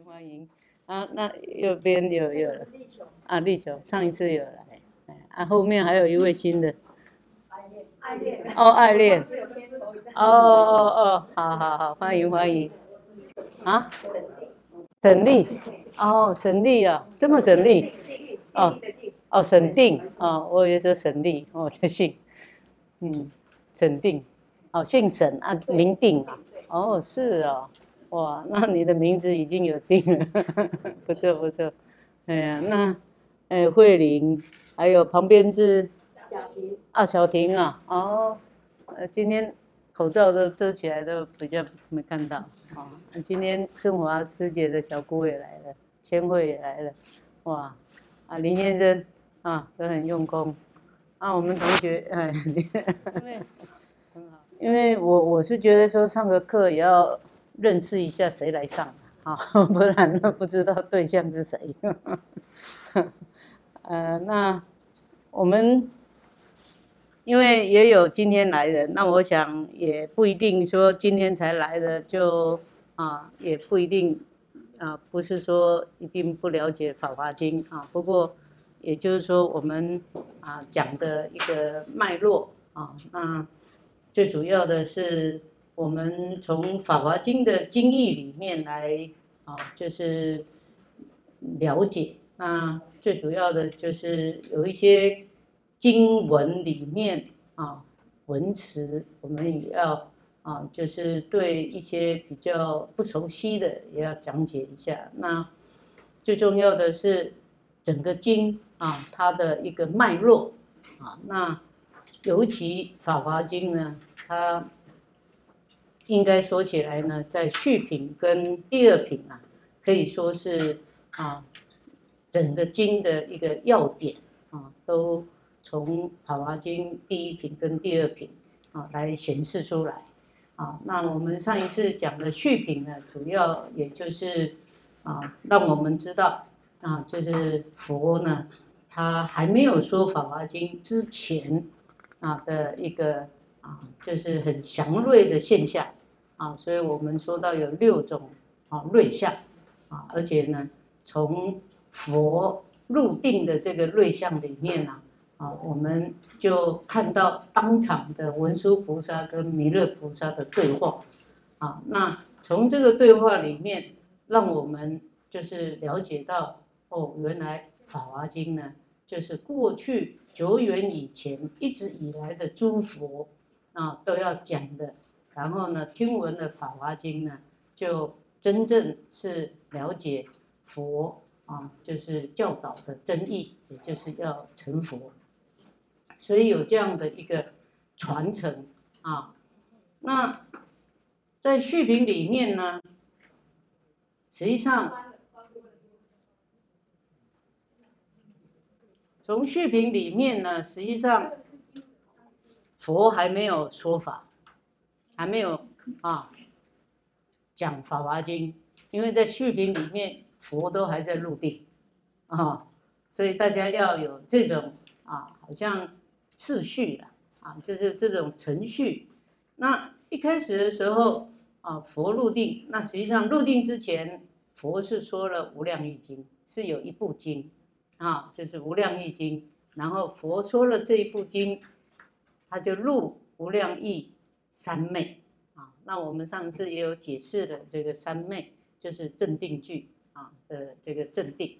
欢迎啊！那右边有了啊，力球上一次有来，啊，后面还有一位新的，爱恋哦，爱恋哦，好，欢迎啊！沈丽哦，沈丽啊，这么沈丽哦，沈定哦，我以为说沈丽哦，这姓沈定哦，姓沈啊，名定啊，哦，是哦。哇，那你的名字已经有定了，不错。哎呀，那慧玲，还有旁边是小婷啊，哦，今天口罩都遮起来，都比较没看到啊。今天顺华师姐的小姑也来了，千惠也来了，哇，林先生啊都很用功，我们同学因为我是觉得说上个课也要认识一下谁来上啊，不然不知道对象是谁。那我们因为也有今天来的，那我想也不一定说今天才来的就也不一定不是说一定不了解《法华经》啊，不过也就是说我们讲的一个脉络那最主要的是我们从《法华经》的经义里面来就是了解。那最主要的就是有一些经文里面文词，我们也要就是对一些比较不熟悉的也要讲解一下。那最重要的是整个经它的一个脉络那尤其《法华经》呢，它应该说起来呢，在序品跟第二品可以说是整个经的一个要点都从《法华经》第一品跟第二品来显示出来那我们上一次讲的序品呢，主要也就是让我们知道就是佛呢，他还没有说《法华经》之前的一个就是很祥瑞的现象所以我们说到有6种瑞相而且呢，从佛入定的这个瑞相里面我们就看到当场的文殊菩萨跟弥勒菩萨的对话那从这个对话里面，让我们就是了解到原来《法华经》呢，就是过去久远以前一直以来的诸佛都要讲的，然后呢，听闻了《法华经》呢，就真正是了解佛就是教导的真意，也就是要成佛，所以有这样的一个传承那在序品里面呢，实际上从序品里面呢，实际上佛还没有说法，还没有讲《法华经》，因为在序品里面佛都还在入定所以大家要有这种好像次序就是这种程序。那一开始的时候佛入定，那实际上入定之前，佛是说了《无量易经》，是有一部经就是《无量易经》，然后佛说了这一部经，他就入无量易三昧那我们上次也有解释了这个三昧，就是正定句的这个正定。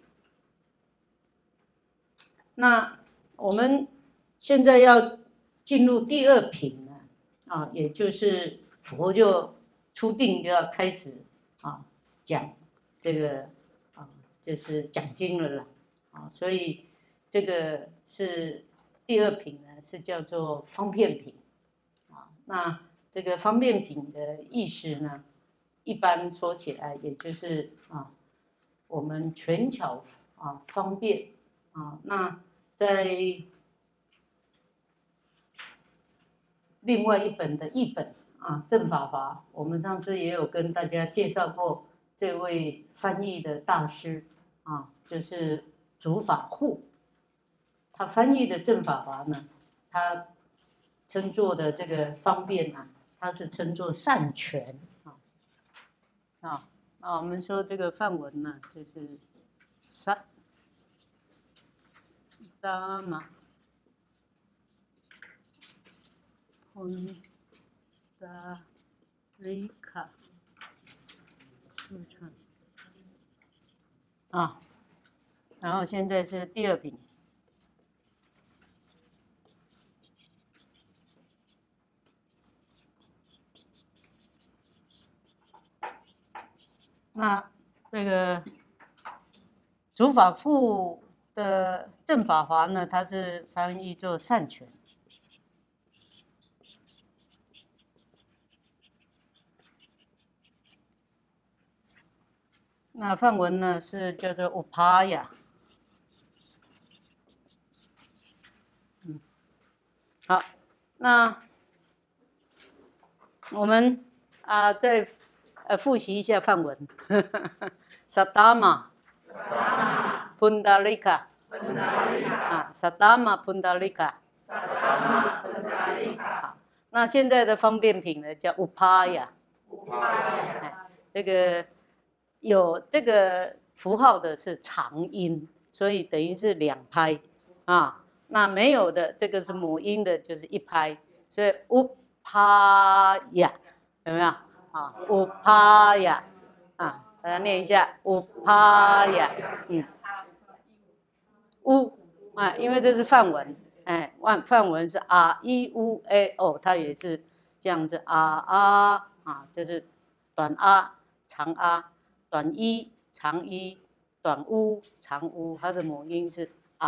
那我们现在要进入第二品呢也就是佛就出定就要开始讲这个就是讲经了啦所以这个是第二品呢，是叫做方便品那这个方便品的意思呢，一般说起来也就是我们权巧方便那在另外一本的译本正法华，我们上次也有跟大家介绍过这位翻译的大师就是竺法护，他翻译的正法华呢，他称作的这个方便他是称作善权我们说这个梵文呢，就是萨达玛pundarika sutra 然后现在是第二品。那这个主法父的正法华呢，它是翻译作善权。那梵文呢是叫做 upaya。好，那我们再复习一下梵文。Saddhamma Pundarika Saddhamma Pundarika。好，那现在的方便品呢叫 upaya。这个有这个符号的是长音，所以等于是两拍那没有的这个是母音的，就是一拍，所以 upaya 有没有？upaya 大家念一下 upaya。因为这是梵文，梵文是 r-e-u-a-o， 它也是这样子就是短长短一长一短乌长乌，它的母音是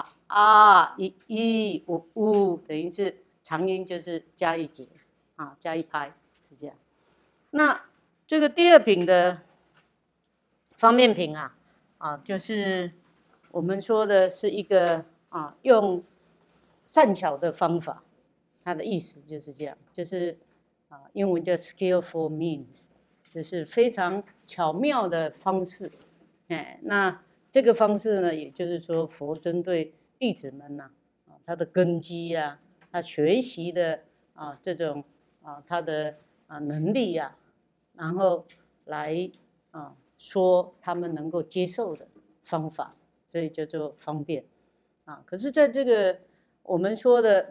等于是长音就是加一节加一拍，是这样。那这个第二品的方便品就是我们说的是一个用善巧的方法，它的意思就是这样，就是英文叫 skillful means， 就是非常巧妙的方式。那这个方式呢，也就是说佛针对弟子们他的根基他学习的这种他的能力然后来说他们能够接受的方法，所以叫做方便可是在这个我们说的《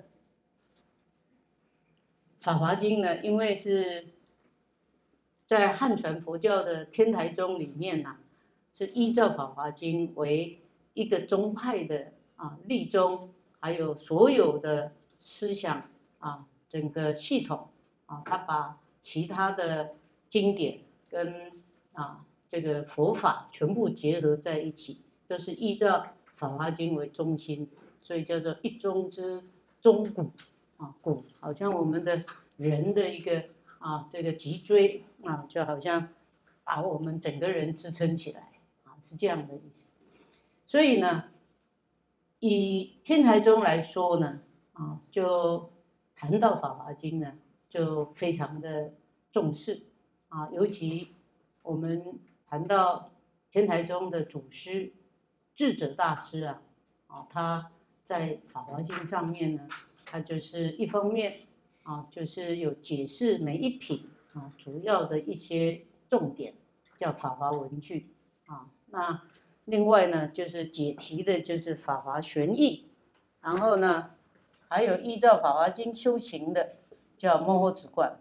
法华经》呢，因为是在汉传佛教的天台宗里面是依照《法华经》为一个宗派的立宗，还有所有的思想整个系统他把其他的经典跟这个佛法全部结合在一起，都是依照《法华经》为中心，所以叫做一宗之中骨骨，好像我们的人的一个这个脊椎就好像把我们整个人支撑起来是这样的意思。所以呢，以天台宗来说呢就谈到《法华经》呢，就非常的重视尤其我们谈到天台宗的祖师智者大师他在《法华经》上面呢，他就是一方面就是有解释每一品主要的一些重点，叫法华文句那另外呢，就是解题的，就是法华玄义，然后呢，还有依照《法华经》修行的，叫摩诃止观。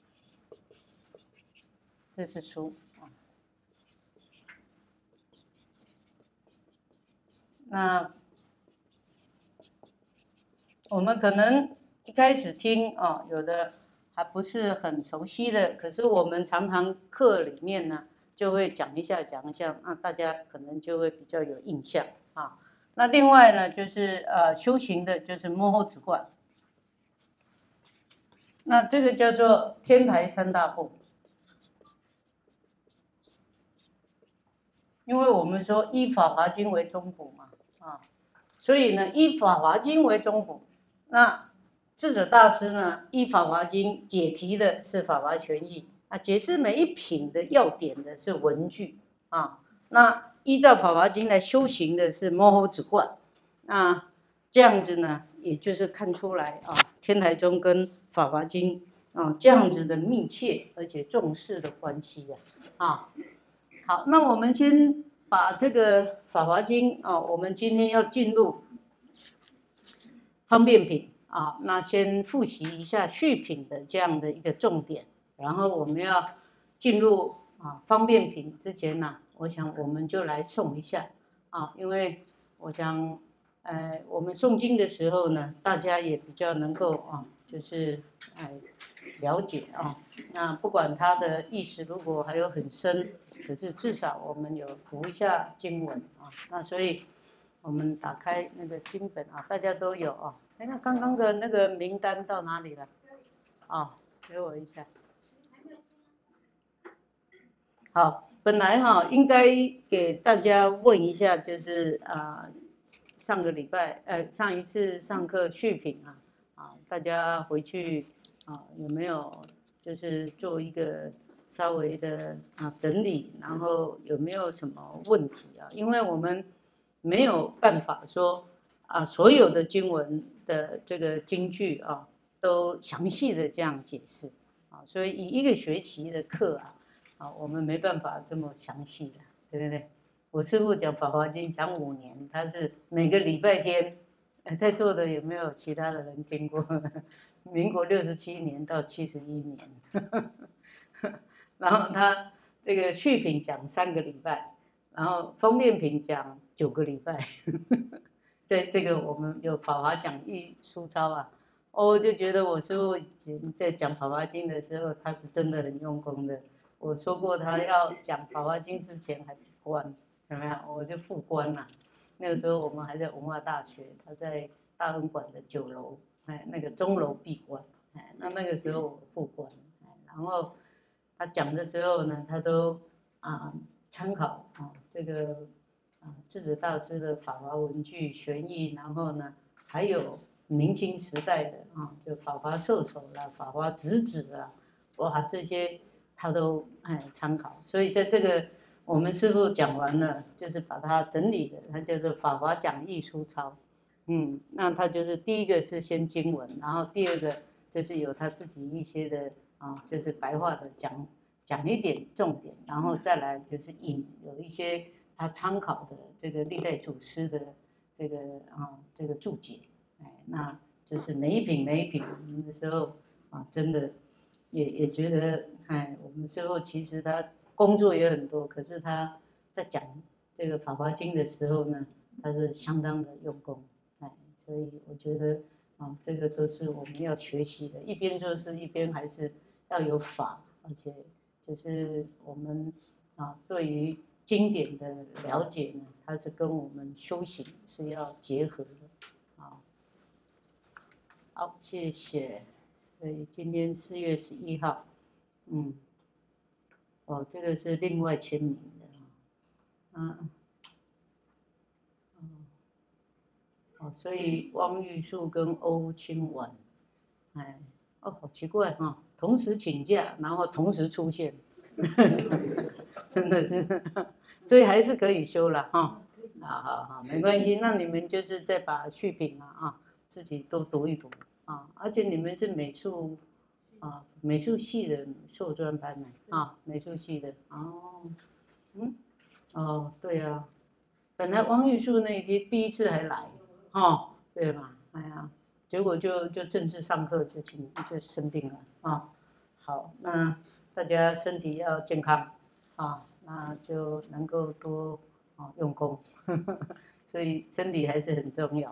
这是书那我们可能一开始听有的还不是很熟悉的，可是我们常常课里面呢就会讲一下，那大家可能就会比较有印象那另外呢，就是修行的，就是摩诃止观。那这个叫做天台三大部，因为我们说依《法华经》为宗谱嘛所以呢，依《法华经》为宗谱。那智者大师呢，依《法华经》解题的是《法华玄义》解释每一品的要点的是文句那依照《法华经》来修行的是摩诃止观。那这样子呢，也就是看出来天台宗跟《法华经》这样子的密切而且重视的关系好， 好，那我们先把这个《法华经》啊，我们今天要进入方便品啊，那先复习一下续品的这样的一个重点，然后我们要进入方便品之前呢，我想我们就来诵一下啊，因为我想，我们诵经的时候呢，大家也比较能够就是了解啊。那不管它的意思如果还有很深，可是至少我们有读一下经文啊。那所以我们打开那个经本啊，大家都有啊。那刚刚的那个名单到哪里了？啊，给我一下。好，本来应该给大家问一下，就是上个礼拜上一次上课续品大家回去有没有就是做一个稍微的整理，然后有没有什么问题因为我们没有办法说所有的经文的这个经句都详细的这样解释所以以一个学期的课我们没办法这么详细的，对不对？我师父讲《法华经》讲5年，他是每个礼拜天，在座的有没有其他的人听过？民国67年到71年，然后他这个续品讲3个礼拜，然后方便品讲9个礼拜，在这个我们有《法华讲义书抄我就觉得我师父以前在讲《法华经》的时候，他是真的很用功的。我说过，他要讲《法华经》之前还闭关，有没有？我就复关了。那个时候我们还在文化大学，他在大恩馆的9楼，那个钟楼闭关，那个时候我复关，然后他讲的时候呢，他都参考这个智者大师的《法华文具玄义》，然后呢还有明清时代的就《法华授手》啦，《法华直指》哇这些。他都参考，所以在这个我们师父讲完了，就是把它整理的，它叫做《法华讲义书抄》。那他就是第一个是先经文，然后第二个就是有他自己一些的就是白话的讲一点重点，然后再来就是有一些他参考的这个历代祖师的这个注解，那就是每一品的时候真的也觉得。我们师父其实他工作也很多，可是他在讲这个《法华经》的时候呢，他是相当的用功，所以我觉得这个都是我们要学习的，一边做事一边还是要有法，而且就是我们对于经典的了解呢，它是跟我们修行是要结合的好，谢谢。所以今天4月11号。这个是另外签名的所以汪玉树跟欧清婉，好奇怪同时请假，然后同时出现，真的是，所以还是可以修了好，没关系，那你们就是再把续品自己都读一读而且你们是美术系的硕专班美术系的对本来汪玉树那一天第一次还来对嘛，结果就正式上课就生病了好，那大家身体要健康那就能够多用功，所以身体还是很重要。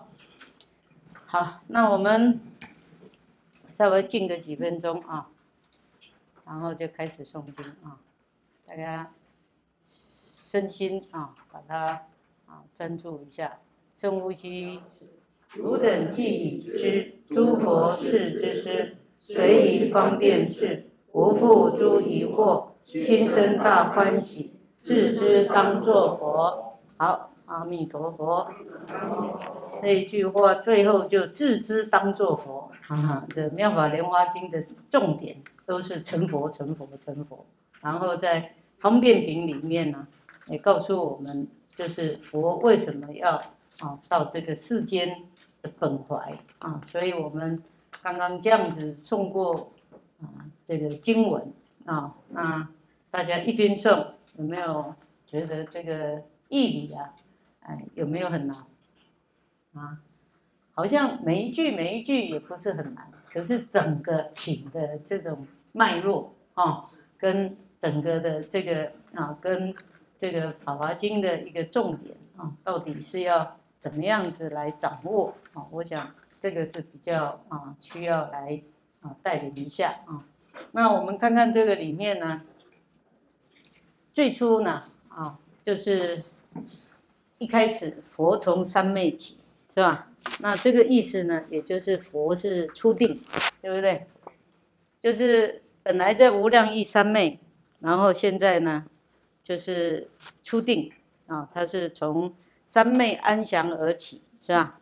好，那我们稍微静个几分钟然后就开始诵经大家身心把它专注一下，深呼吸。汝等既已知，诸佛是之师，随宜方便事，无复诸疑惑，心生大欢喜，自知当作佛。好，阿弥陀佛。这一句话最后就自知当作佛这《妙法莲华经》的重点都是成佛，成佛，成佛。然后在方便品里面呢，也告诉我们，就是佛为什么要到这个世间的本怀所以我们刚刚这样子诵过这个经文那大家一边诵有没有觉得这个义理啊，有没有很难啊？好像每一句也不是很难，可是整个品的这种脉络跟整个的这个跟这个《法华经》的一个重点到底是要怎么样子来掌握我想这个是比较需要来带领一下那我们看看这个里面呢，最初呢就是一开始佛从三昧起，是吧？那这个意思呢，也就是佛是初定，对不对？就是本来在无量义三昧，然后现在呢，就是初定它是从三昧安详而起，是吧？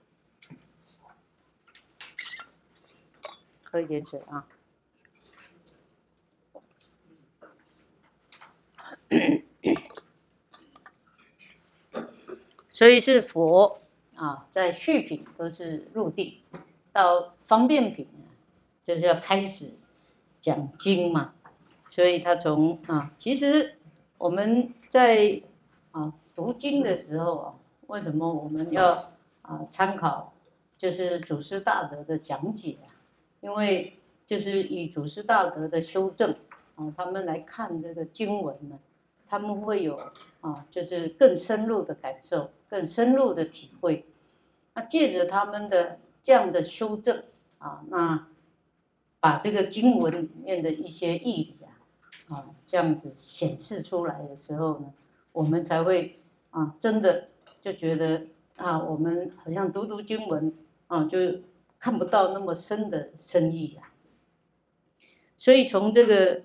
喝一点水啊。所以是佛在序品都是入定，到方便品就是要开始讲经嘛。所以他从其实我们在读经的时候为什么我们要参考就是祖师大德的讲解因为就是以祖师大德的修正他们来看这个经文呢，他们会有就是更深入的感受，更深入的体会。那借着他们的这样的修正那把这个经文里面的一些义理这样子显示出来的时候呢，我们才会真的就觉得我们好像读经文就看不到那么深的深意所以从这个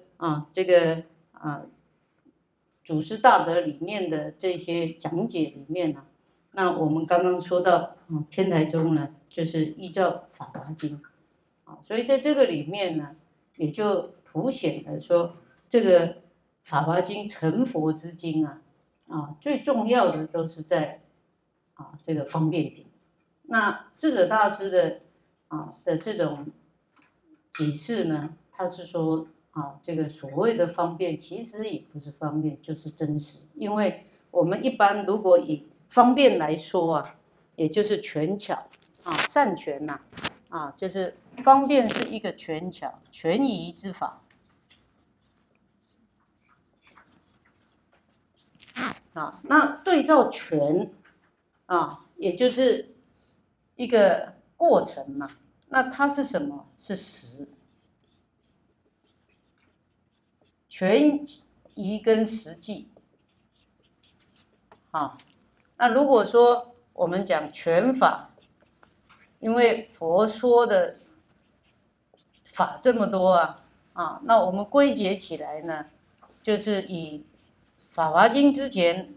祖师大德里面的这些讲解里面那我们刚刚说到天台宗呢，就是依照《法华经》所以在这个里面呢，也就凸显了说，这个《法华经》成佛之经最重要的都是在这个方便品。那智者大师的这种解释呢，他是说这个所谓的方便，其实也不是方便，就是真实。因为我们一般如果以方便来说也就是权巧善权就是方便是一个权巧权宜之法那对照权也就是一个过程嘛。那它是什么？是实。权宜跟实际那如果说我们讲权法，因为佛说的法这么多那我们归结起来呢，就是以《法华经》之前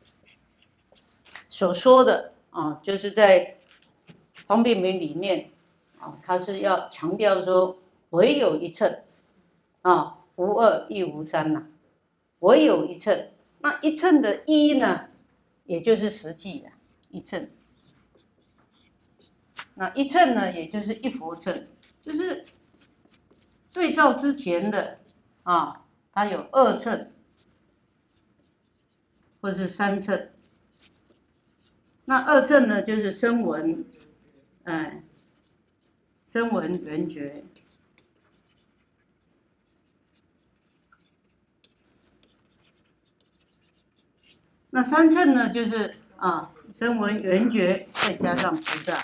所说的就是在方便品里面它是要强调说，唯有一乘无二亦无三唯有一乘。那一乘的一呢，也就是实际一乘。那一乘呢，也就是一佛乘，就是对照之前的它有二乘或是三乘。那二乘呢，就是声闻，声闻缘觉。那三乘呢，就是声闻缘觉再加上菩萨。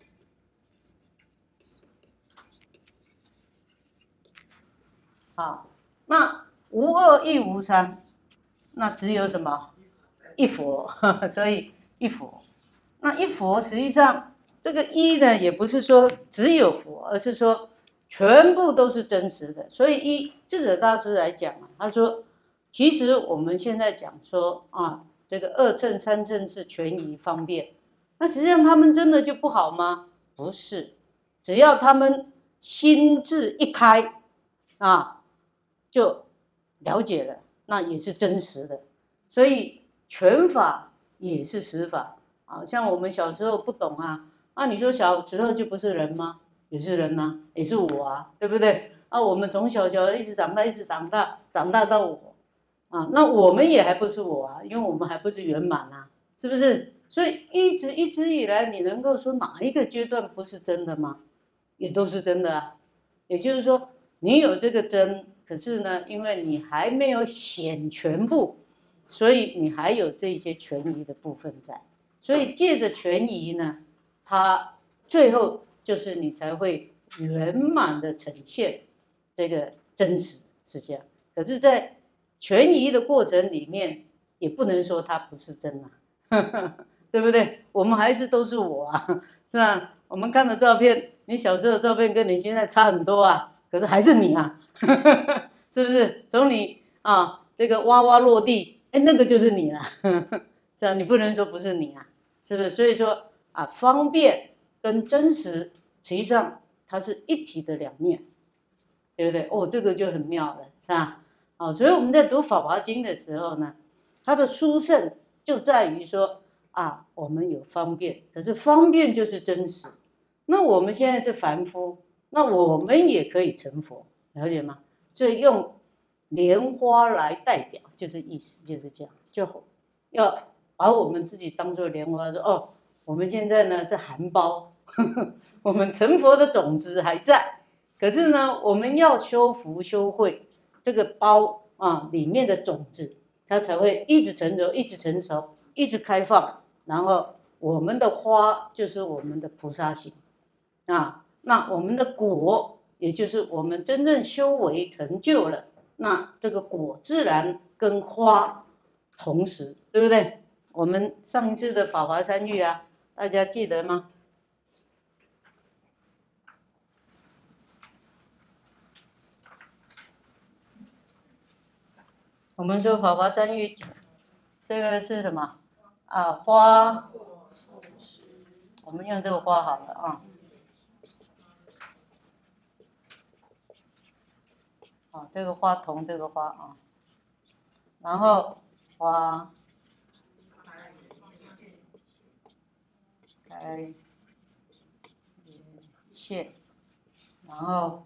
那无二亦无三，那只有什么？一佛，所以一佛。那一佛实际上这个一呢，也不是说只有佛，而是说全部都是真实的。所以以智者大师来讲他说，其实我们现在讲说这个二乘三乘是权宜方便，那实际上他们真的就不好吗？不是，只要他们心智一开就了解了，那也是真实的。所以权法也是实法像我们小时候不懂你说小时候就不是人吗？也是人也是我对不对我们从小一直长大，一直长大到我啊，那我们也还不是我啊，因为我们还不是圆满啊，是不是？所以一直以来，你能够说哪一个阶段不是真的吗？也都是真的啊。也就是说，你有这个真，可是呢，因为你还没有显全部，所以你还有这些权宜的部分在。所以借着权宜呢，它最后就是你才会圆满的呈现这个真实，是这样。可是，在权宜的过程里面，也不能说它不是真啊，对不对？我们还是都是我啊，是吧？我们看的照片，你小时候的照片跟你现在差很多啊，可是还是你啊，是不是？从你啊这个哇哇落地，哎，那个就是你了，这样你不能说不是你啊，是不是？所以说啊，方便跟真实，实际上它是一体的两面，对不对？哦，这个就很妙了，是吧？哦，所以我们在读《法华经》的时候呢，它的殊胜就在于说啊，我们有方便，可是方便就是真实。那我们现在是凡夫，那我们也可以成佛，了解吗？所以用莲花来代表，就是意思就是这样，就要把我们自己当做莲花，说哦，我们现在呢是含苞，我们成佛的种子还在，可是呢，我们要修福修慧，这个苞啊里面的种子，它才会一直成熟，一直成熟，一直开放，然后我们的花就是我们的菩萨行啊，那我们的果，也就是我们真正修为成就了，那这个果自然跟花同时，对不对？我们上一次的法华三喻啊，大家记得吗？我们说法华三喻，这个是什么啊？花，我们用这个花好了啊。啊，这个花同这个花啊，然后花开谢，然后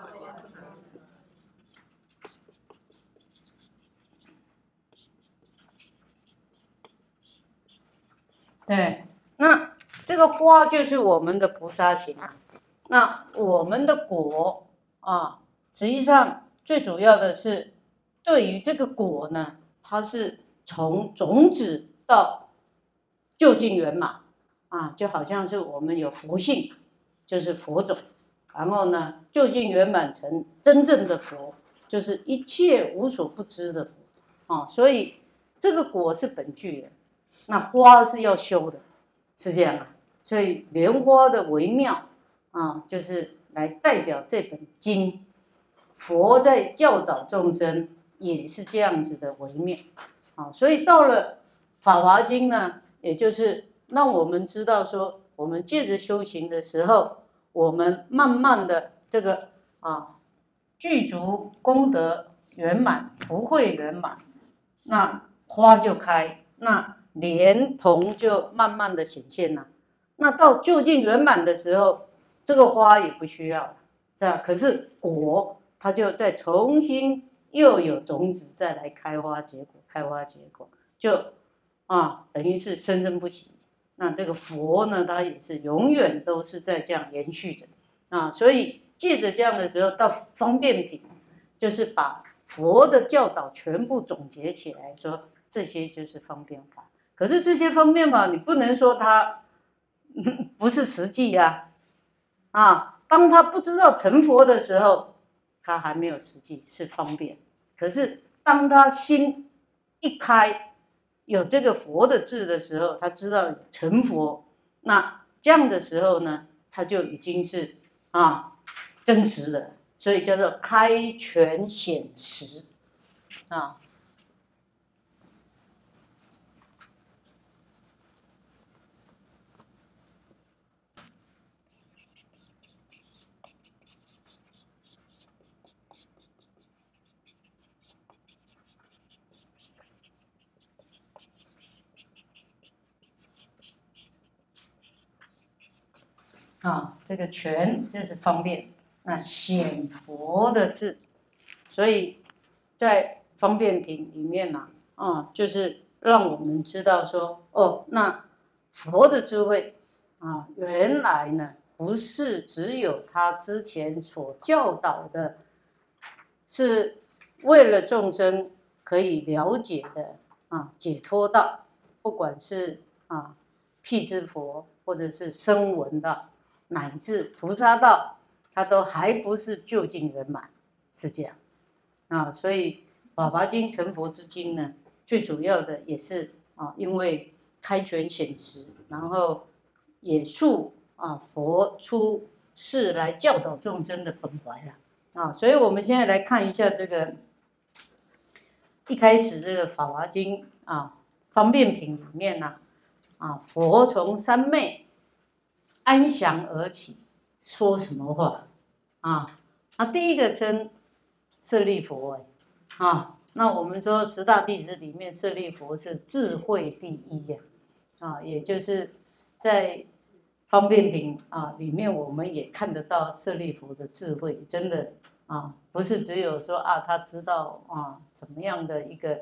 对，那这个花就是我们的菩萨行，那我们的果啊，实际上最主要的是对于这个果呢，它是从种子到究竟圆满啊，就好像是我们有佛性，就是佛种，然后呢，究竟圆满成真正的佛，就是一切无所不知的佛啊，所以这个果是本具的。那花是要修的，是这样啊。所以莲花的微妙啊，就是来代表这本经。佛在教导众生也是这样子的微妙啊。所以到了《法华经》呢，也就是让我们知道说，我们借着修行的时候，我们慢慢的这个啊具足功德圆满，福慧圆满，那花就开，那莲蓬就慢慢的显现了。那到究竟圆满的时候，这个花也不需要了，是吧？可是果它就再重新又有种子再来开花结果，开花结果就等于是生生不息。那这个佛呢，它也是永远都是在这样延续着啊。所以借着这样的时候，到方便品，就是把佛的教导全部总结起来，说这些就是方便法。可是这些方便法，你不能说它不是实际呀，当他不知道成佛的时候，他还没有实际是方便。可是当他心一开，有这个佛的智的时候，他知道成佛，那这样的时候呢，他就已经是真实的，所以叫做开权显实啊。这个权就是方便，那显佛的智，所以在方便品里面就是让我们知道说，那佛的智慧原来呢不是只有他之前所教导的，是为了众生可以了解的解脱道，不管是辟支佛，或者是声闻道，乃至菩萨道，它都还不是究竟圆满，是这样所以《法华经》成佛之经呢，最主要的也是因为开权显实，然后也述佛出世来教导众生的本怀了所以我们现在来看一下这个一开始这个《法华经》方便品里面呢佛从三昧安详而起，说什么话第一个称舍利佛那我们说十大弟子里面，舍利佛是智慧第一也就是在方便品里面，我们也看得到舍利佛的智慧，真的不是只有说他知道怎么样的一个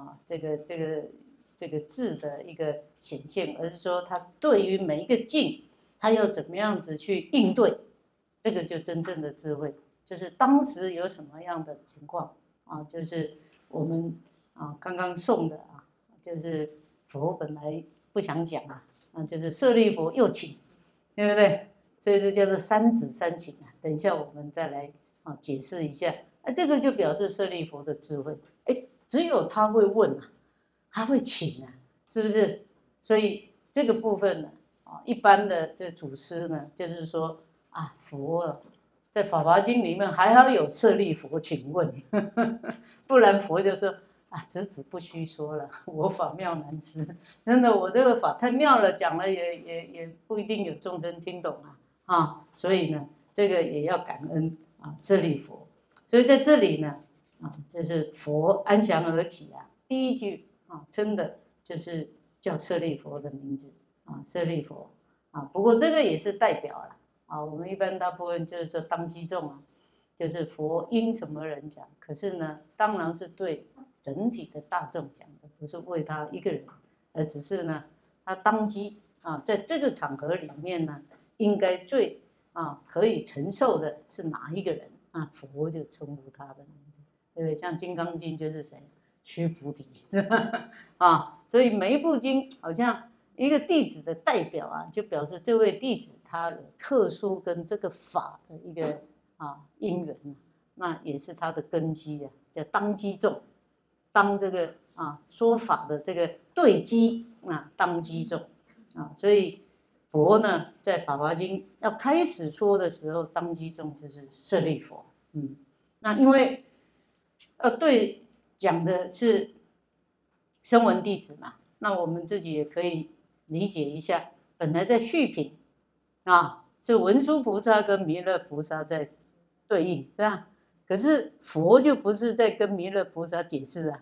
这个智的一个显现，而是说他对于每一个境，他要怎么样子去应对，这个就真正的智慧，就是当时有什么样的情况就是我们刚刚诵的就是佛本来不想讲就是舍利佛又请，对不对？所以这叫做三子三请等一下我们再来解释一下这个就表示舍利佛的智慧，只有他会问他会请是不是？所以这个部分呢一般的这祖师呢，就是说佛在《法华经》里面还好有舍利佛请问，不然佛就说子子不虚说了，我法妙难思。真的，我这个法太妙了，讲了也不一定有众生听懂所以呢，这个也要感恩舍利佛。所以在这里呢就是佛安详而起第一句称的就是叫舍利佛的名字舍利佛不过这个也是代表了我们一般大部分就是说当机众就是佛因什么人讲，可是呢，当然是对整体的大众讲的，不是为他一个人，而只是呢，他当机在这个场合里面呢，应该最可以承受的是哪一个人佛就称呼他的名字，对不对？像《金刚经》就是谁？须菩提，是吧？所以每一部经好像一个弟子的代表就表示这位弟子他有特殊跟这个法的一个因缘那也是他的根基叫当机众，当这个说法的这个对机当机众所以佛呢在《法华经》要开始说的时候，当机众就是舍利佛。那因为对讲的是声闻弟子嘛，那我们自己也可以理解一下，本来在续品是文殊菩萨跟弥勒菩萨在对应，是吧？可是佛就不是在跟弥勒菩萨解释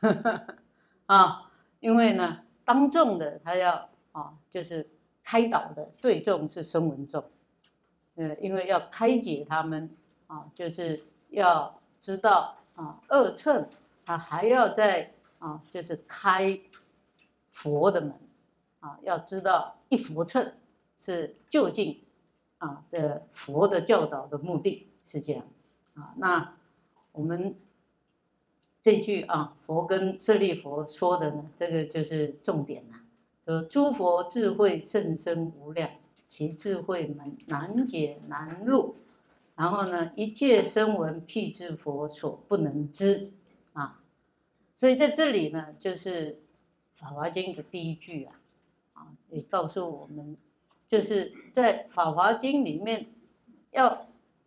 因为呢，当众的他要就是开导的对众是声闻众，因为要开解他们就是要知道二乘他还要在就是开佛的门要知道一佛乘是究竟的佛的教导的目的是这样那我们这句佛跟舍利佛说的呢，这个就是重点说诸佛智慧甚深无量，其智慧难解难入，然后呢，一切声闻辟支佛所不能知所以在这里呢，就是《法华经》的第一句也告诉我们，就是在《法华经》里面要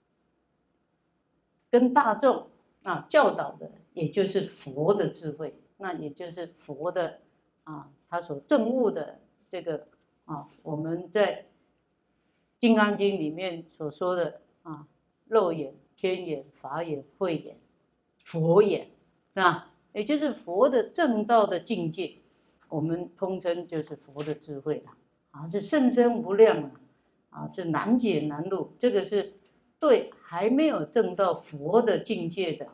跟大众教导的，也就是佛的智慧，那也就是佛的他所证悟的这个我们在《金刚经》里面所说的肉眼、天眼、法眼、慧眼、佛眼，是吧？也就是佛的正道的境界，我们通称就是佛的智慧了是甚深无量是难解难入。这个是对还没有证到佛的境界的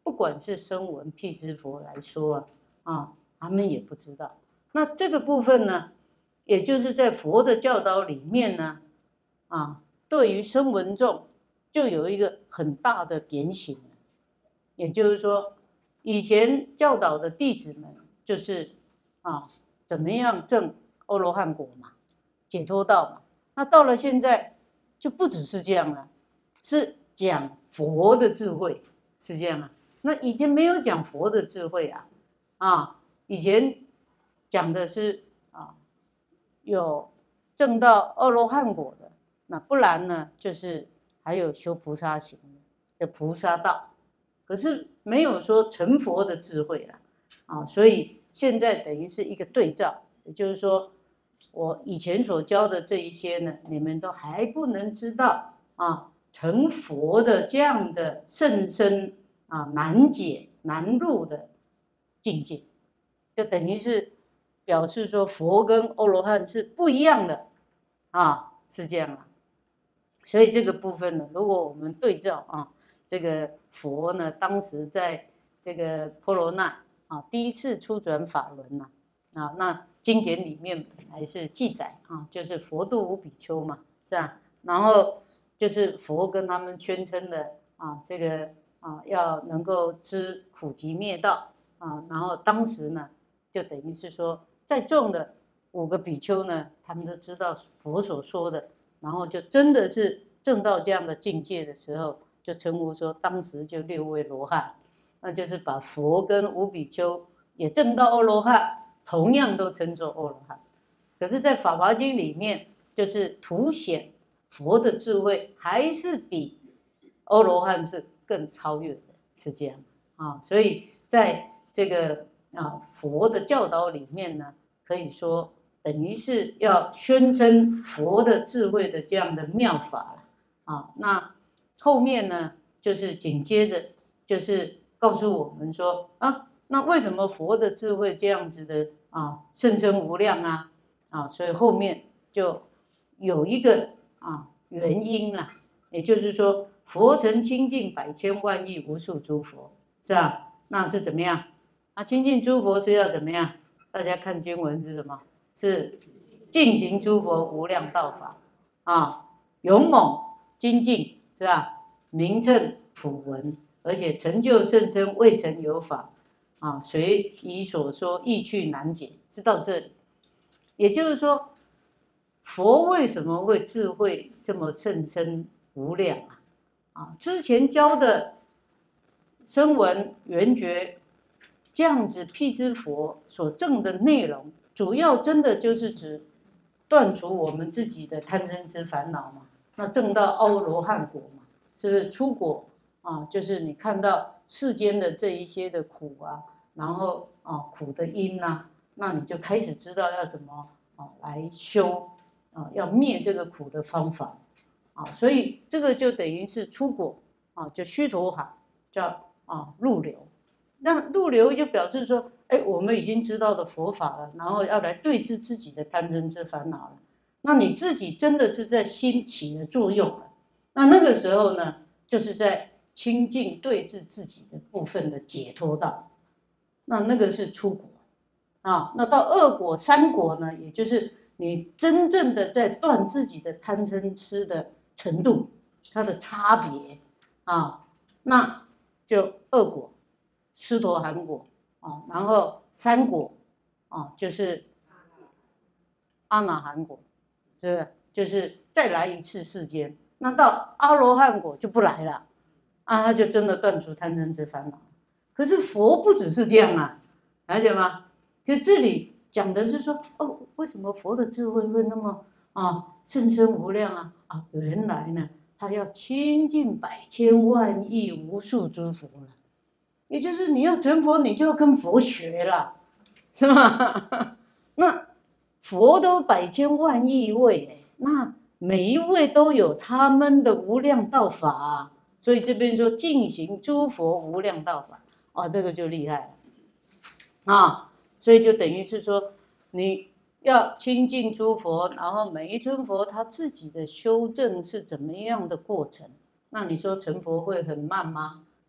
不管是声闻辟支佛来说他们也不知道。那这个部分呢，也就是在佛的教导里面呢，对于声闻众就有一个很大的点醒。也就是说，以前教导的弟子们就是怎么样证阿罗汉果嘛，解脱道嘛。那到了现在就不只是这样了，是讲佛的智慧，是这样啊。那以前没有讲佛的智慧以前讲的是有证到阿罗汉果的，那不然呢就是还有修菩萨行的菩萨道，可是没有说成佛的智慧了所以现在等于是一个对照，也就是说我以前所教的这一些呢，你们都还不能知道成佛的这样的甚深难解难入的境界，就等于是表示说佛跟阿罗汉是不一样的是这样所以这个部分呢，如果我们对照这个佛呢，当时在这个婆罗奈第一次出转法轮那经典里面还是记载就是佛度无比丘嘛，是吧？然后就是佛跟他们宣称的这个要能够知苦集灭道然后当时呢，就等于是说在众的5个比丘呢，他们都知道佛所说的，然后就真的是证到这样的境界的时候，就称呼说当时就6位罗汉，那就是把佛跟5比丘也证到阿罗汉，同样都称作阿罗汉。可是，在《法华经》里面，就是凸显佛的智慧还是比阿罗汉是更超越的，是这样所以在这个佛的教导里面呢，可以说等于是要宣称佛的智慧的这样的妙法了那后面呢，就是紧接着就是告诉我们说那为什么佛的智慧这样子的甚深无量所以后面就有一个原因啦，也就是说佛曾清净百千万亿无数诸佛，是吧？那是怎么样清净诸佛是要怎么样？大家看经文是什么？是尽行诸佛无量道法勇猛精进，是吧？名称普闻，而且成就甚深未曾有法随以所说意趣难解，是到这里。也就是说，佛为什么会智慧这么甚深无量之前教的声闻缘觉这样子辟支佛所证的内容，主要真的就是指断除我们自己的贪嗔痴烦恼嘛。那证到阿罗汉果嘛，是不是出果就是你看到世间的这一些的苦然后苦的因那你就开始知道要怎么来修要灭这个苦的方法所以这个就等于是出果就须陀洹叫入流。那入流就表示说，我们已经知道的佛法了，然后要来对治自己的贪嗔痴烦恼了。那你自己真的是在心起了作用了。那个时候呢，就是在清净对治自己的部分的解脱道。那个是出果那到2果、3果呢，也就是你真正的在断自己的贪嗔痴的程度，它的差别那就2果。尸陀含果然后3果就是阿那含果，对不对？就是再来一次世间。那到阿罗汉果就不来了他就真的断除贪嗔痴烦恼。可是佛不只是这样了解吗？就这里讲的是说为什么佛的智慧会那么甚深无量原来呢，他要亲近百千万亿无数诸佛了。也就是你要成佛，你就要跟佛学了，是吗？那佛都百千万亿位那每一位都有他们的无量道法所以这边说尽行诸佛无量道法这个就厉害了所以就等于是说你要亲近诸佛，然后每一尊佛他自己的修正是怎么样的过程？那你说成佛会很慢吗？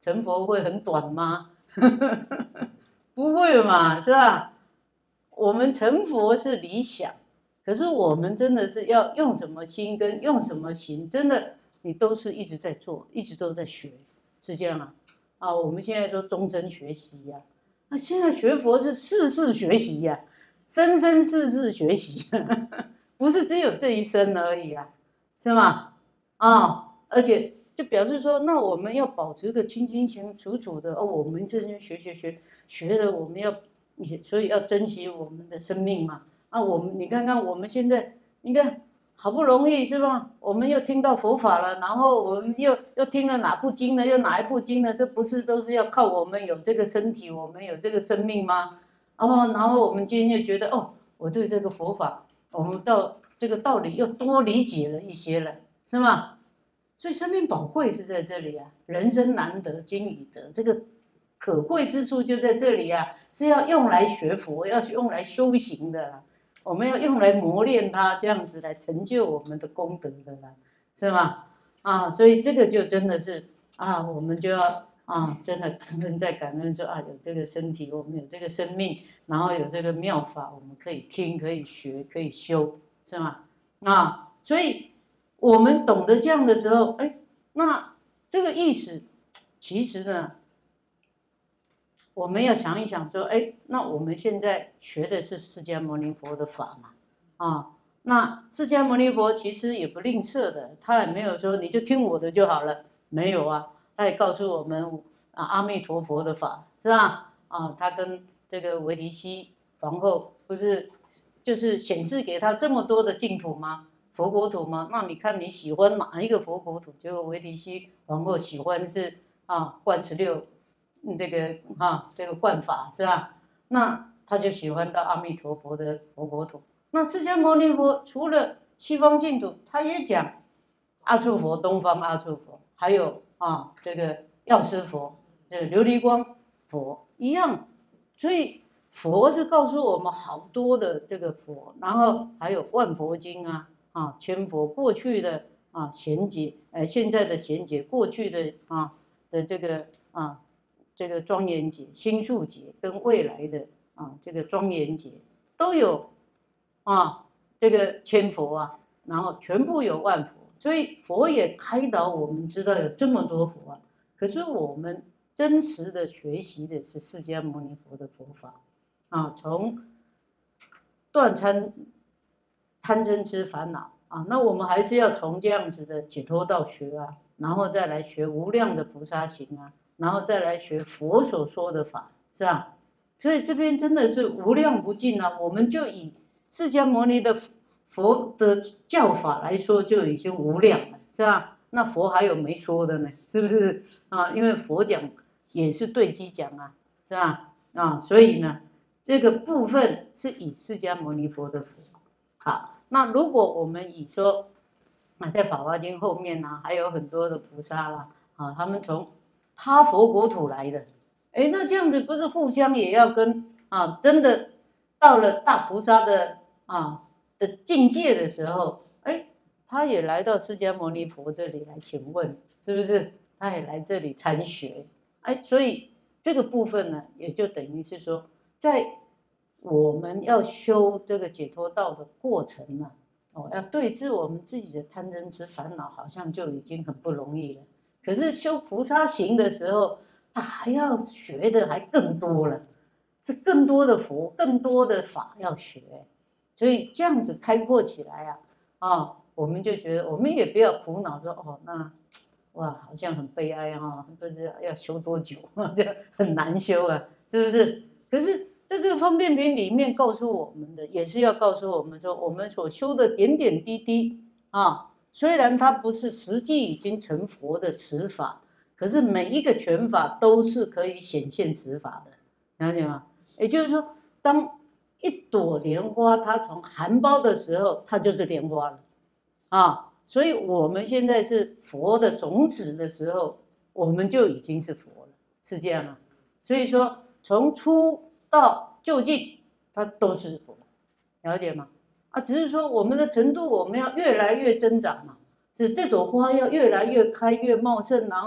成佛会很短吗？不会嘛，是吧？我们成佛是理想，可是我们真的是要用什么心跟用什么行，真的你都是一直在做，一直都在学，是这样啊。啊，我们现在说终身学习呀、那现在学佛是世世学习呀、生生世世学习，不是只有这一生而已啊，是吗？啊，而且就表示说，那我们要保持个清清楚楚的哦，我们这边学的，我们要也所以要珍惜我们的生命嘛。啊，我们你看看我们现在，你看好不容易是吧？我们又听到佛法了，然后我们又听了哪部经呢？又哪一部经呢？这不是都是要靠我们有这个身体，我们有这个生命吗？哦，然后我们今天就觉得哦，我对这个佛法，我们到这个道理又多理解了一些了，是吗？所以生命宝贵是在这里啊，人生难得今已得，这个可贵之处就在这里啊，是要用来学佛，要用来修行的啦，我们要用来磨练它，这样子来成就我们的功德的啦，是吗？啊，所以这个就真的是啊，我们就要啊，真的感恩再感恩说啊，有这个身体，我们有这个生命，然后有这个妙法，我们可以听，可以学，可以修，是吗？啊，所以我们懂得这样的时候，哎，那这个意思，其实呢，我们要想一想说，哎，那我们现在学的是释迦牟尼佛的法嘛，啊，那释迦牟尼佛其实也不吝啬的，他也没有说你就听我的就好了，没有啊，他也告诉我们啊，阿弥陀佛的法是吧？啊，他跟这个维提西皇后不是就是显示给他这么多的净土吗？佛国土吗？那你看你喜欢哪一个佛国土？结果维提西皇后喜欢是啊观16，这个观法是吧？那他就喜欢到阿弥陀佛的佛国土。那释迦牟尼佛除了西方净土，他也讲阿处佛、东方阿处佛，还有啊这个药师佛、琉璃光佛一样，所以佛是告诉我们好多的这个佛，然后还有万佛经千佛过去的贤劫，现在的贤劫，过去的的这个庄严劫、心术劫跟未来的这个庄严劫都有这个千佛然后全部有万佛，所以佛也开导我们知道有这么多佛可是我们真实的学习的是释迦牟尼佛的佛法从断贪嗔痴烦恼那我们还是要从这样子的解脱道学然后再来学无量的菩萨行然后再来学佛所说的法，是吧？所以这边真的是无量不尽我们就以释迦牟尼的佛的教法来说，就已经无量了，是吧？那佛还有没说的呢？是不是因为佛讲也是对机讲是吧？所以呢，这个部分是以释迦牟尼佛的佛。好，那如果我们以说在《法华经》后面还有很多的菩萨啦他们从他佛国土来的，哎，那这样子不是互相也要跟真的到了大菩萨的的境界的时候，哎，他也来到释迦牟尼佛这里来请问，是不是？他也来这里参学，哎，所以这个部分呢，也就等于是说，在我们要修这个解脱道的过程要对治我们自己的贪嗔痴烦恼，好像就已经很不容易了。可是修菩萨行的时候，他还要学的还更多了，是更多的佛、更多的法要学。所以这样子开阔起来我们就觉得，我们也不要苦恼说那哇，好像很悲哀不知道要修多久这很难修是不是？可是在这个方便品里面告诉我们的，也是要告诉我们说，我们所修的点点滴滴虽然它不是实际已经成佛的实法，可是每一个权法都是可以显现实法的，了解吗？也就是说，当一朵莲花它从含苞的时候，它就是莲花了所以我们现在是佛的种子的时候，我们就已经是佛了，是这样所以说，从初到究竟，它都是佛，了解吗？只是说我们的程度，我们要越来越增长嘛，是这朵花要越来越开越茂盛，然后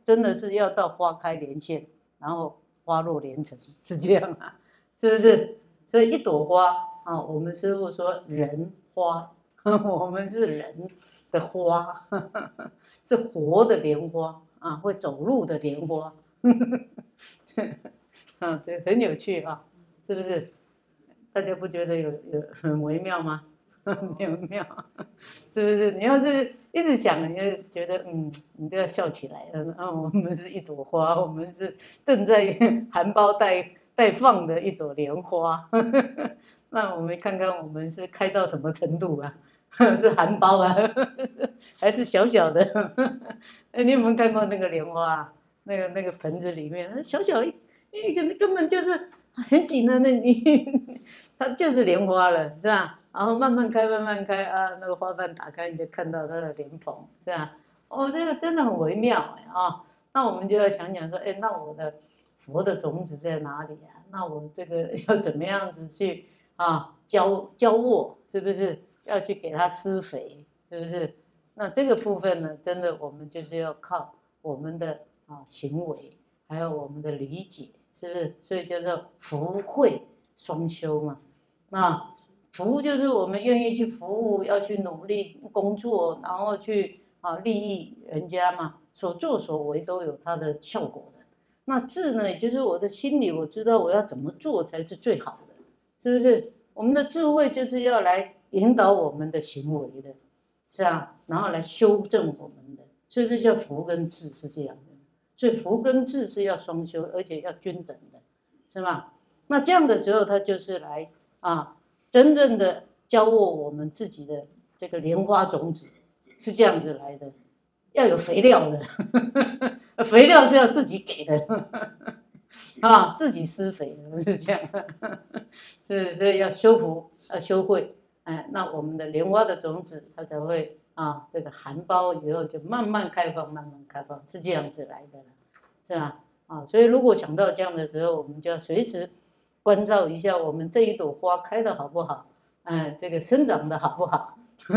真的是要到花开连现，然后花落连成，是这样啊，是不是？所以一朵花啊，我们师父说人花，我们是人的花，是活的莲花啊，会走路的莲花，啊，这很有趣啊，是不是？大家不觉得有很微妙吗？很妙，是不是？你要是一直想，你就觉得你都要笑起来了。啊，我们是一朵花，我们是正在含苞待放的一朵莲花。那我们看看，我们是开到什么程度啊？是含苞啊，还是小小的？哎，你有没有看过那个莲花啊？那个盆子里面，小小一个，根本就是很紧的，它就是莲花了，是吧？然后慢慢开，慢慢开啊，那个花瓣打开，你就看到它的莲蓬，是吧？哦，这个真的很微妙哎啊！那我们就要想想说，哎，那我的佛的种子在哪里啊？那我这个要怎么样子去教我，是不是？要去给它施肥，是不是？那这个部分呢，真的我们就是要靠我们的行为，还有我们的理解，是不是？所以叫做福慧双修嘛。那服务就是我们愿意去服务，要去努力工作，然后去利益人家嘛，所作所为都有它的效果的。那智呢，也就是我的心里，我知道我要怎么做才是最好的，是不是？我们的智慧就是要来引导我们的行为的，是吧？然后来修正我们的，所以这叫福跟智是这样的。所以福跟智是要双修，而且要均等的，是吧？那这样的时候，他就是来真正的教我们自己的这个莲花种子是这样子来的，要有肥料的，肥料是要自己给的自己施肥的是这样，所以要修福，要修慧，那我们的莲花的种子它才会这个含苞以后就慢慢开放，慢慢开放，是这样子来的了，是吧？所以如果想到这样的时候，我们就要随时关照一下我们这一朵花开的好不好，这个生长的好不好，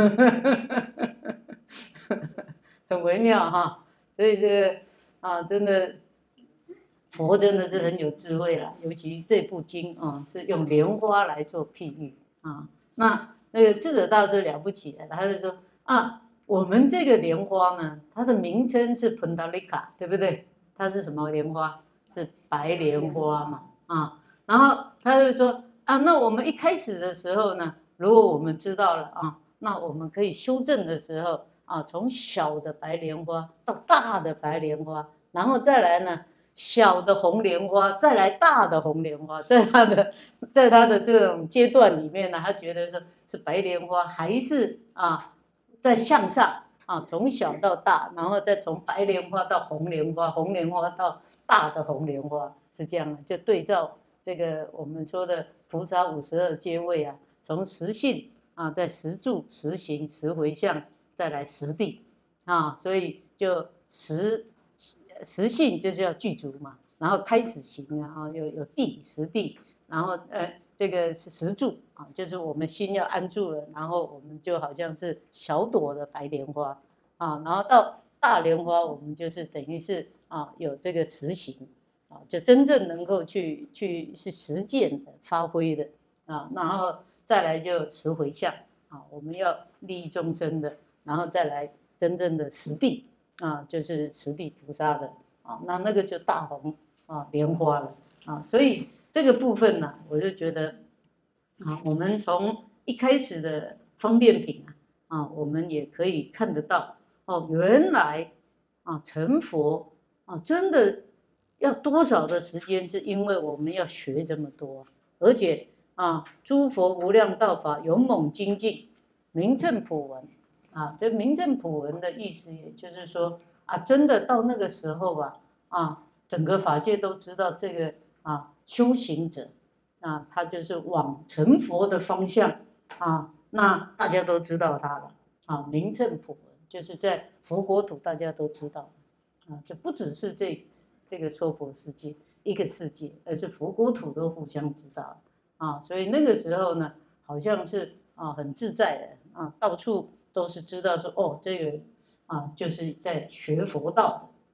很微妙哈。所以这个真的佛真的是很有智慧了，尤其这部经是用莲花来做譬喻那个智者大师了不起的，他就说我们这个莲花呢，它的名称是彭达利卡，对不对？它是什么莲花？是白莲花嘛然后他就说那我们一开始的时候呢，如果我们知道了那我们可以修正的时候从小的白莲花到大的白莲花，然后再来呢小的红莲花，再来大的红莲花，在他的这种阶段里面呢，他觉得说是白莲花还是在向上从小到大，然后再从白莲花到红莲花，红莲花到大的红莲花，是这样的，就对照这个我们说的菩萨52阶位从实性再实住、实行、实回向，再来实地所以就实性就是要具足嘛，然后开始行有地实地，然后这个是实住就是我们心要安住了，然后我们就好像是小朵的白莲花然后到大莲花，我们就是等于是有这个实行就真正能够去是实践的、发挥的然后再来就实回向我们要利益众生的，然后再来真正的实地就是实地菩萨的那个就大红莲花了所以这个部分呢，我就觉得我们从一开始的方便品我们也可以看得到原来成佛真的要多少的时间，是因为我们要学这么多，而且诸佛无量道法勇猛精进，明正普文这明正普文的意思，也就是说真的到那个时候整个法界都知道这个修行者他就是往成佛的方向那大家都知道他了明正普文，就是在佛国土大家都知道就不只是这个娑婆世界一个世界，而是佛国土都互相知道所以那个时候呢，好像是很自在的到处都是知道说这个就是在学佛道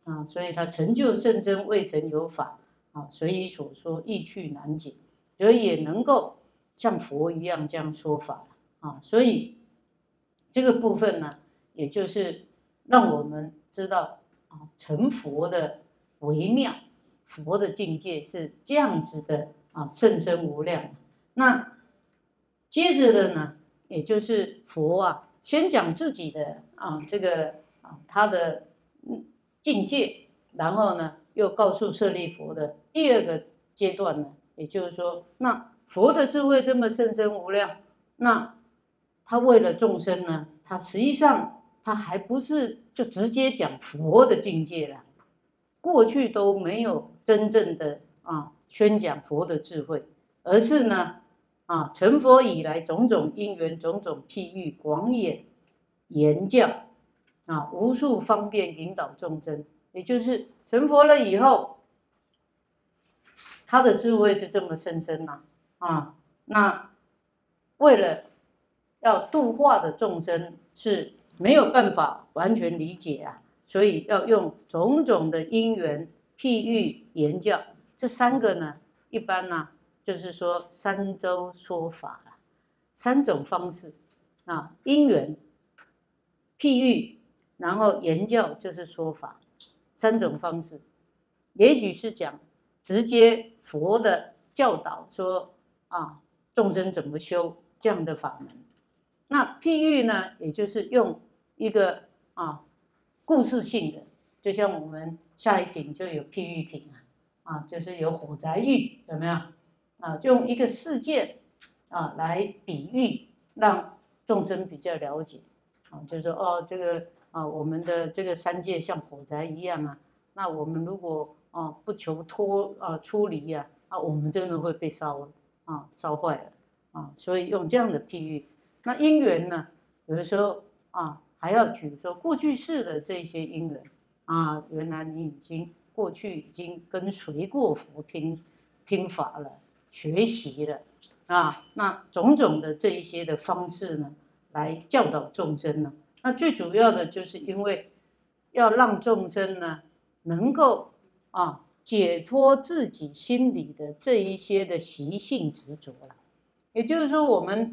啊，所以他成就甚深未曾有法啊，随以所说意趣难解，所以也能够像佛一样这样说法啊，所以这个部分呢，也就是让我们知道啊，成佛的微妙，佛的境界是这样子的啊，甚深无量。那接着的呢，也就是佛啊，先讲自己的啊这个啊他的境界，然后呢又告诉舍利弗的第二个阶段呢，也就是说，那佛的智慧这么甚深无量，那他为了众生呢，他实际上他还不是就直接讲佛的境界了，过去都没有真正的啊宣讲佛的智慧，而是呢啊成佛以来种种因缘、种种譬喻、广演言教啊，无数方便引导众生，也就是成佛了以后，他的智慧是这么深深呐啊，那为了要度化的众生是没有办法完全理解啊，所以要用种种的因缘、譬喻、言教这三个呢，一般呢就是说三周说法了，三种方式啊，因缘、譬喻，然后言教就是说法，三种方式，也许是讲直接佛的教导说啊，众生怎么修这样的法门。那譬喻呢，也就是用一个啊故事性的，就像我们下一品就有譬喻品啊，就是有火宅喻，有没有啊？用一个事件啊来比喻，让众生比较了解啊，就是说哦，这个啊，我们的这个三界像火宅一样啊，那我们如果不求出离我们真的会被烧烧坏了所以用这样的譬喻。那因缘呢，有的时候还要举说过去世的这些因缘原来你过去已经跟随过佛听法了，学习了那种种的这一些的方式呢，来教导众生呢。那最主要的就是因为要让众生呢能够解脱自己心里的这一些的习性执着了。也就是说，我们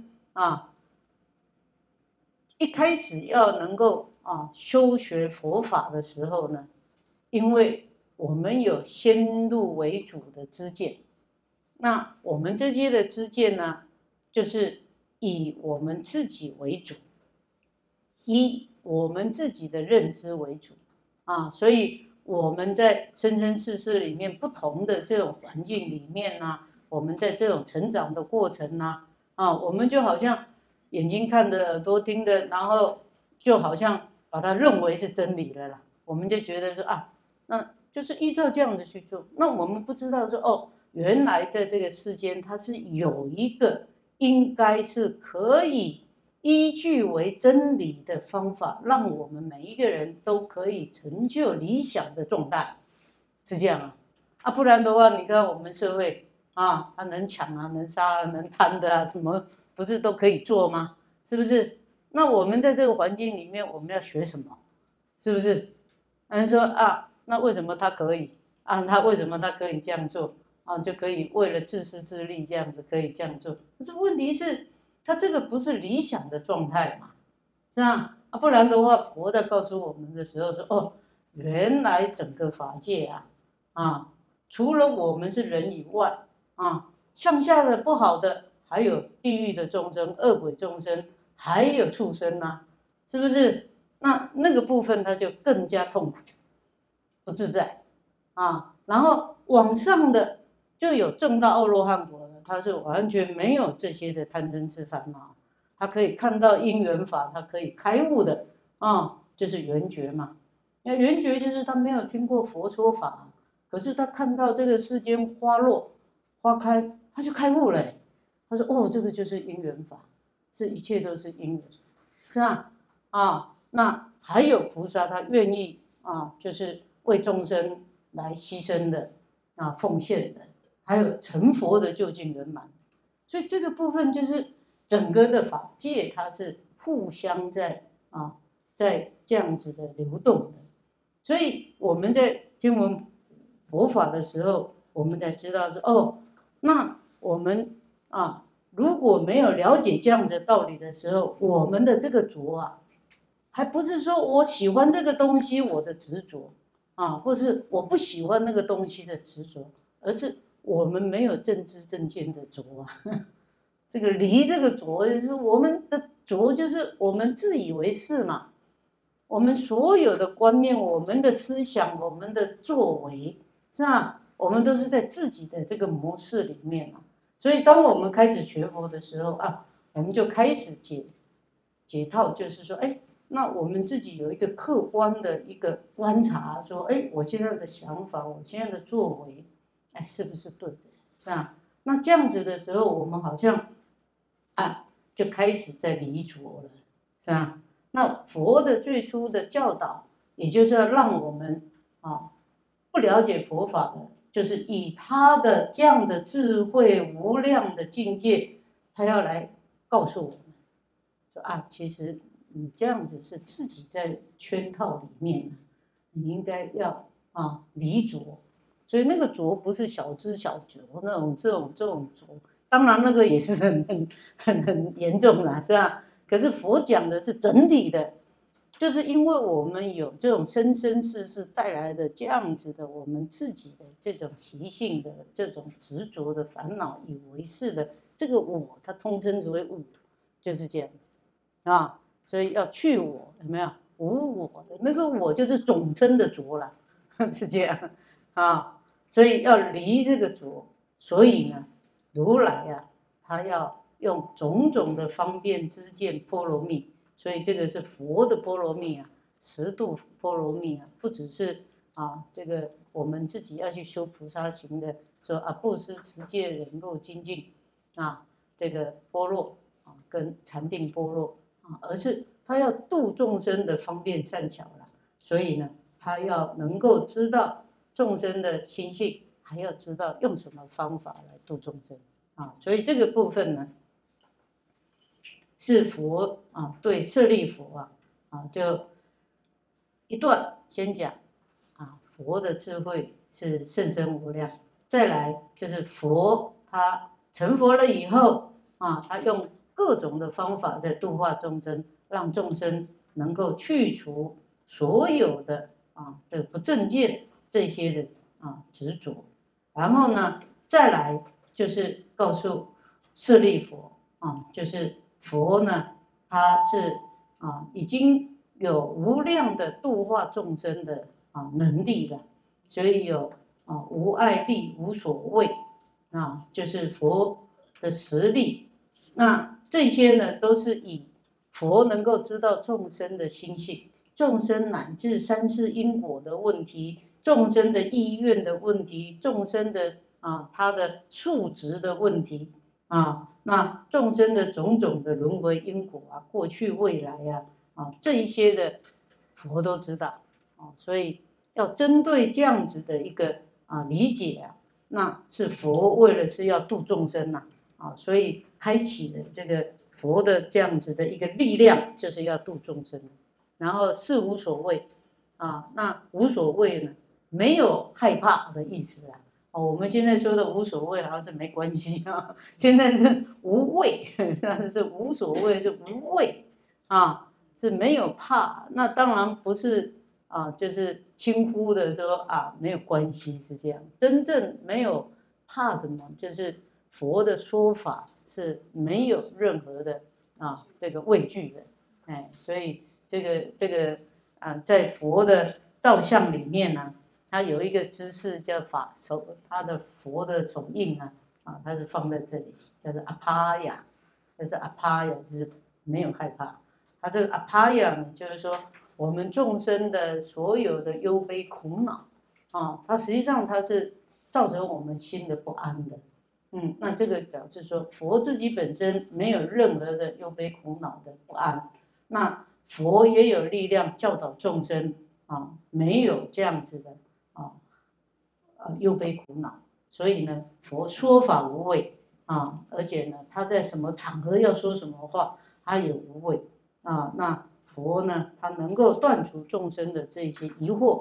一开始要能够修学佛法的时候呢，因为我们有先入为主的知见，那我们这些的知见呢，就是以我们自己为主，以我们自己的认知为主所以我们在生生世世里面不同的这种环境里面呢，我们在这种成长的过程呢我们就好像眼睛看的，耳朵听的，然后就好像把它认为是真理了啦。我们就觉得说那就是依照这样子去做。那我们不知道说原来在这个世间它是有一个应该是可以依据为真理的方法，让我们每一个人都可以成就理想的状态，是这样不然的话，你看我们社会他能抢能杀能贪的什么不是都可以做吗？是不是？那我们在这个环境里面，我们要学什么？是不是？人说那为什么他可以他为什么他可以这样做就可以为了自私自利这样子可以这样做？可是问题是，他这个不是理想的状态嘛，是吧？不然的话，佛在告诉我们的时候说原来整个法界除了我们是人以外向下的不好的，还有地狱的众生、恶鬼众生，还有畜生是不是？那个部分它就更加痛苦、不自在然后往上的就有证到阿罗汉果的，他是完全没有这些的贪嗔痴烦恼，他可以看到因缘法，他可以开悟的就是圆觉嘛。那圆觉就是他没有听过佛说法，可是他看到这个世间花落花开，他就开悟了他说这个就是因缘法，这一切都是因缘，是吧？那还有菩萨他愿意就是为众生来牺牲的奉献的，还有成佛的究竟圆满。所以这个部分就是整个的法界，它是互相在这样子的流动的。 所以我们在听闻佛法的时候，我们才知道说，哦，那我们如果没有了解这样子的道理的时候，我们的这个着啊，还不是说我喜欢这个东西我的执着或是我不喜欢那个东西的执着，而是我们没有正知正见的着这个离这个着，就是我们的着，就是我们自以为是嘛。我们所有的观念、我们的思想、我们的作为，是吧？我们都是在自己的这个模式里面所以，当我们开始学佛的时候我们就开始解套，就是说，那我们自己有一个客观的一个观察，说，我现在的想法，我现在的作为，是不是对的，是吧？那这样子的时候，我们好像就开始在离着了，是吧？那佛的最初的教导，也就是要让我们不了解佛法的，就是以他的这样的智慧无量的境界，他要来告诉我们说其实你这样子是自己在圈套里面，你应该要离着。所以那个着不是小知小着那种这种着，当然那个也是很严重啦，是吧？可是佛讲的是整体的，就是因为我们有这种生生世世带来的这样子的我们自己的这种习性的这种执着的烦恼以为是的这个我，它通称之为物，就是这样子所以要去我，有没有无我的那个我就是总称的着了，是这样所以要离这个着，所以呢，如来他要用种种的方便知见波罗蜜，所以这个是佛的波罗蜜十度波罗蜜不只是这个我们自己要去修菩萨行的，说布施、持戒、忍辱、精进这个般若跟禅定般若而是他要度众生的方便善巧了，所以呢，他要能够知道众生的心性，还要知道用什么方法来度众生所以这个部分呢，是佛对舍利佛就一段先讲佛的智慧是甚深无量，再来就是佛他成佛了以后他用各种的方法在度化众生，让众生能够去除所有的这个不正见这些的执着，然后呢，再来就是告诉舍利佛就是佛呢，他是已经有无量的度化众生的能力了，所以有无爱力无所谓就是佛的实力。那这些呢，都是以佛能够知道众生的心性，众生乃至三世因果的问题，众生的意愿的问题，众生的他的数值的问题那众生的种种的轮回因果过去未来这一些的佛都知道所以要针对这样子的一个理解那是佛为了是要度众生所以开启了这个佛的这样子的一个力量，就是要度众生。然后是无所谓那无所谓呢，没有害怕的意思我们现在说的无所谓好像是没关系现在是无畏，但是无所谓是无畏是没有怕。那当然不是就是轻忽的说没有关系是这样，真正没有怕什么，就是佛的说法是没有任何的这个畏惧的所以这个在佛的造像里面呢它有一个姿势叫法手，它的佛的手印它是放在这里，叫做阿帕雅，就是阿帕雅，就是没有害怕。它这个阿帕雅呢，就是说我们众生的所有的忧悲苦恼它实际上它是造成我们心的不安的。那这个表示说，佛自己本身没有任何的忧悲苦恼的不安，那佛也有力量教导众生没有这样子的忧悲苦恼，所以呢，佛说法无畏而且呢，他在什么场合要说什么话，他也无畏那佛呢，他能够断除众生的这些疑惑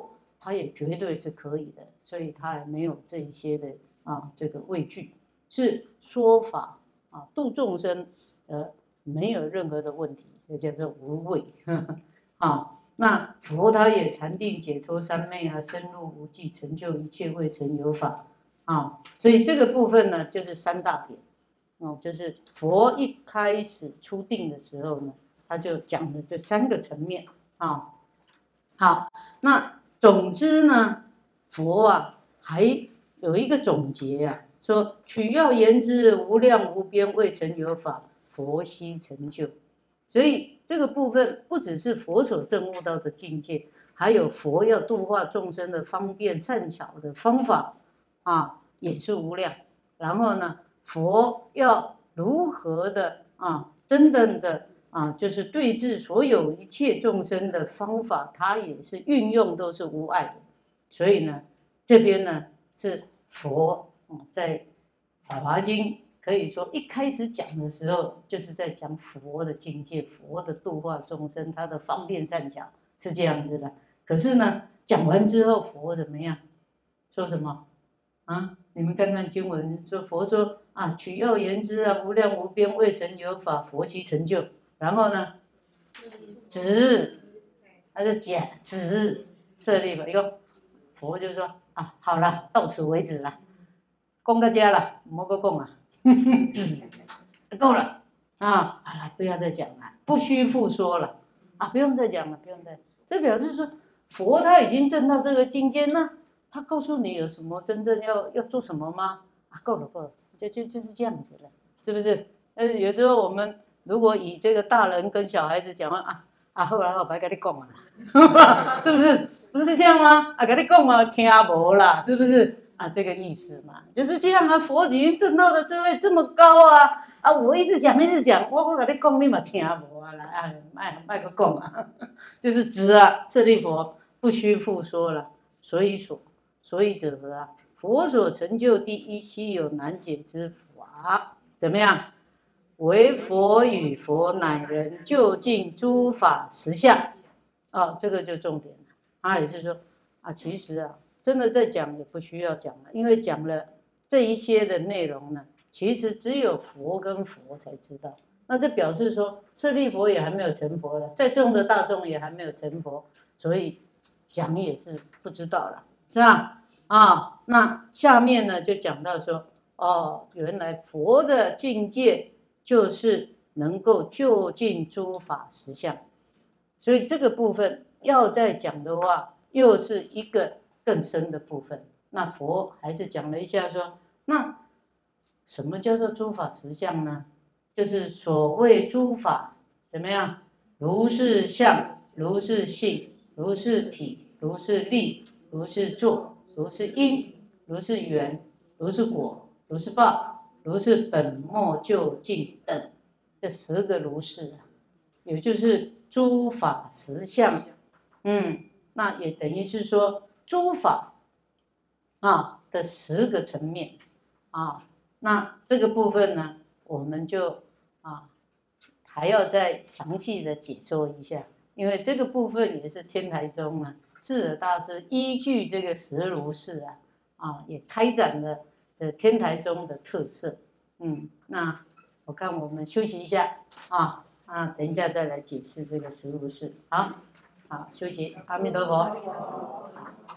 他也绝对是可以的，所以他也没有这一些的这个畏惧，是说法度众生，没有任何的问题，也叫做无畏那佛他也禅定解脱三昧深入无际，成就一切未曾有法所以这个部分呢，就是三大点就是佛一开始出定的时候呢，他就讲了这三个层面好，那总之呢，佛还有一个总结说取要言之，无量无边未曾有法，佛悉成就。所以这个部分不只是佛所证悟到的境界，还有佛要度化众生的方便善巧的方法也是无量。然后呢，佛要如何的真正的就是对治所有一切众生的方法，他也是运用都是无碍的。所以呢，这边呢是佛在《法华经》可以说一开始讲的时候，就是在讲佛的境界，佛的度化众生，他的方便善巧是这样子的。可是呢，讲完之后，佛怎么样？说什么你们看看经文说，佛说取要言之无量无边未曾有法，佛悉成就。然后呢，止还是假止舍利弗，一个佛就说好了，到此为止了，讲到这了，莫个讲够了好了，不要再讲了，不须复说了不用再讲了，不用再。这表示说，佛他已经证到这个境界，那他告诉你有什么真正要做什么吗？够了够了，就是这样子了，是不是？有时候我们如果以这个大人跟小孩子讲话后来我白跟你讲是不是？不是这样吗？跟你讲听无啦，是不是？这个意思嘛，就是这样佛已经证到的智慧这么高我一直讲，我跟你讲，你嘛听无啦卖个讲就是指舍利弗不须复说了。所以者何佛所成就第一稀有难解之法，怎么样？为佛与佛乃人究竟诸法实相这个就重点了也是说其实真的在讲也不需要讲了，因为讲了这一些的内容呢，其实只有佛跟佛才知道。那这表示说，舍利弗也还没有成佛了，在众的大众也还没有成佛，所以讲也是不知道了，是吧？那下面呢就讲到说，原来佛的境界就是能够究竟诸法实相，所以这个部分要再讲的话，又是一个更深的部分。那佛还是讲了一下说，那什么叫做诸法实相呢？就是所谓诸法怎么样？如是相，如是性，如是体，如是力，如是作，如是因，如是缘，如是果，如是报，如是本末究竟等，这10个如是也就是诸法实相。那也等于是说诸法的10个层面那这个部分呢，我们就还要再详细的解说一下，因为这个部分也是天台宗智者大师依据这个10如是也开展了这天台宗的特色。那我看我们休息一下等一下再来解释这个10如是。好，休息，阿弥陀佛。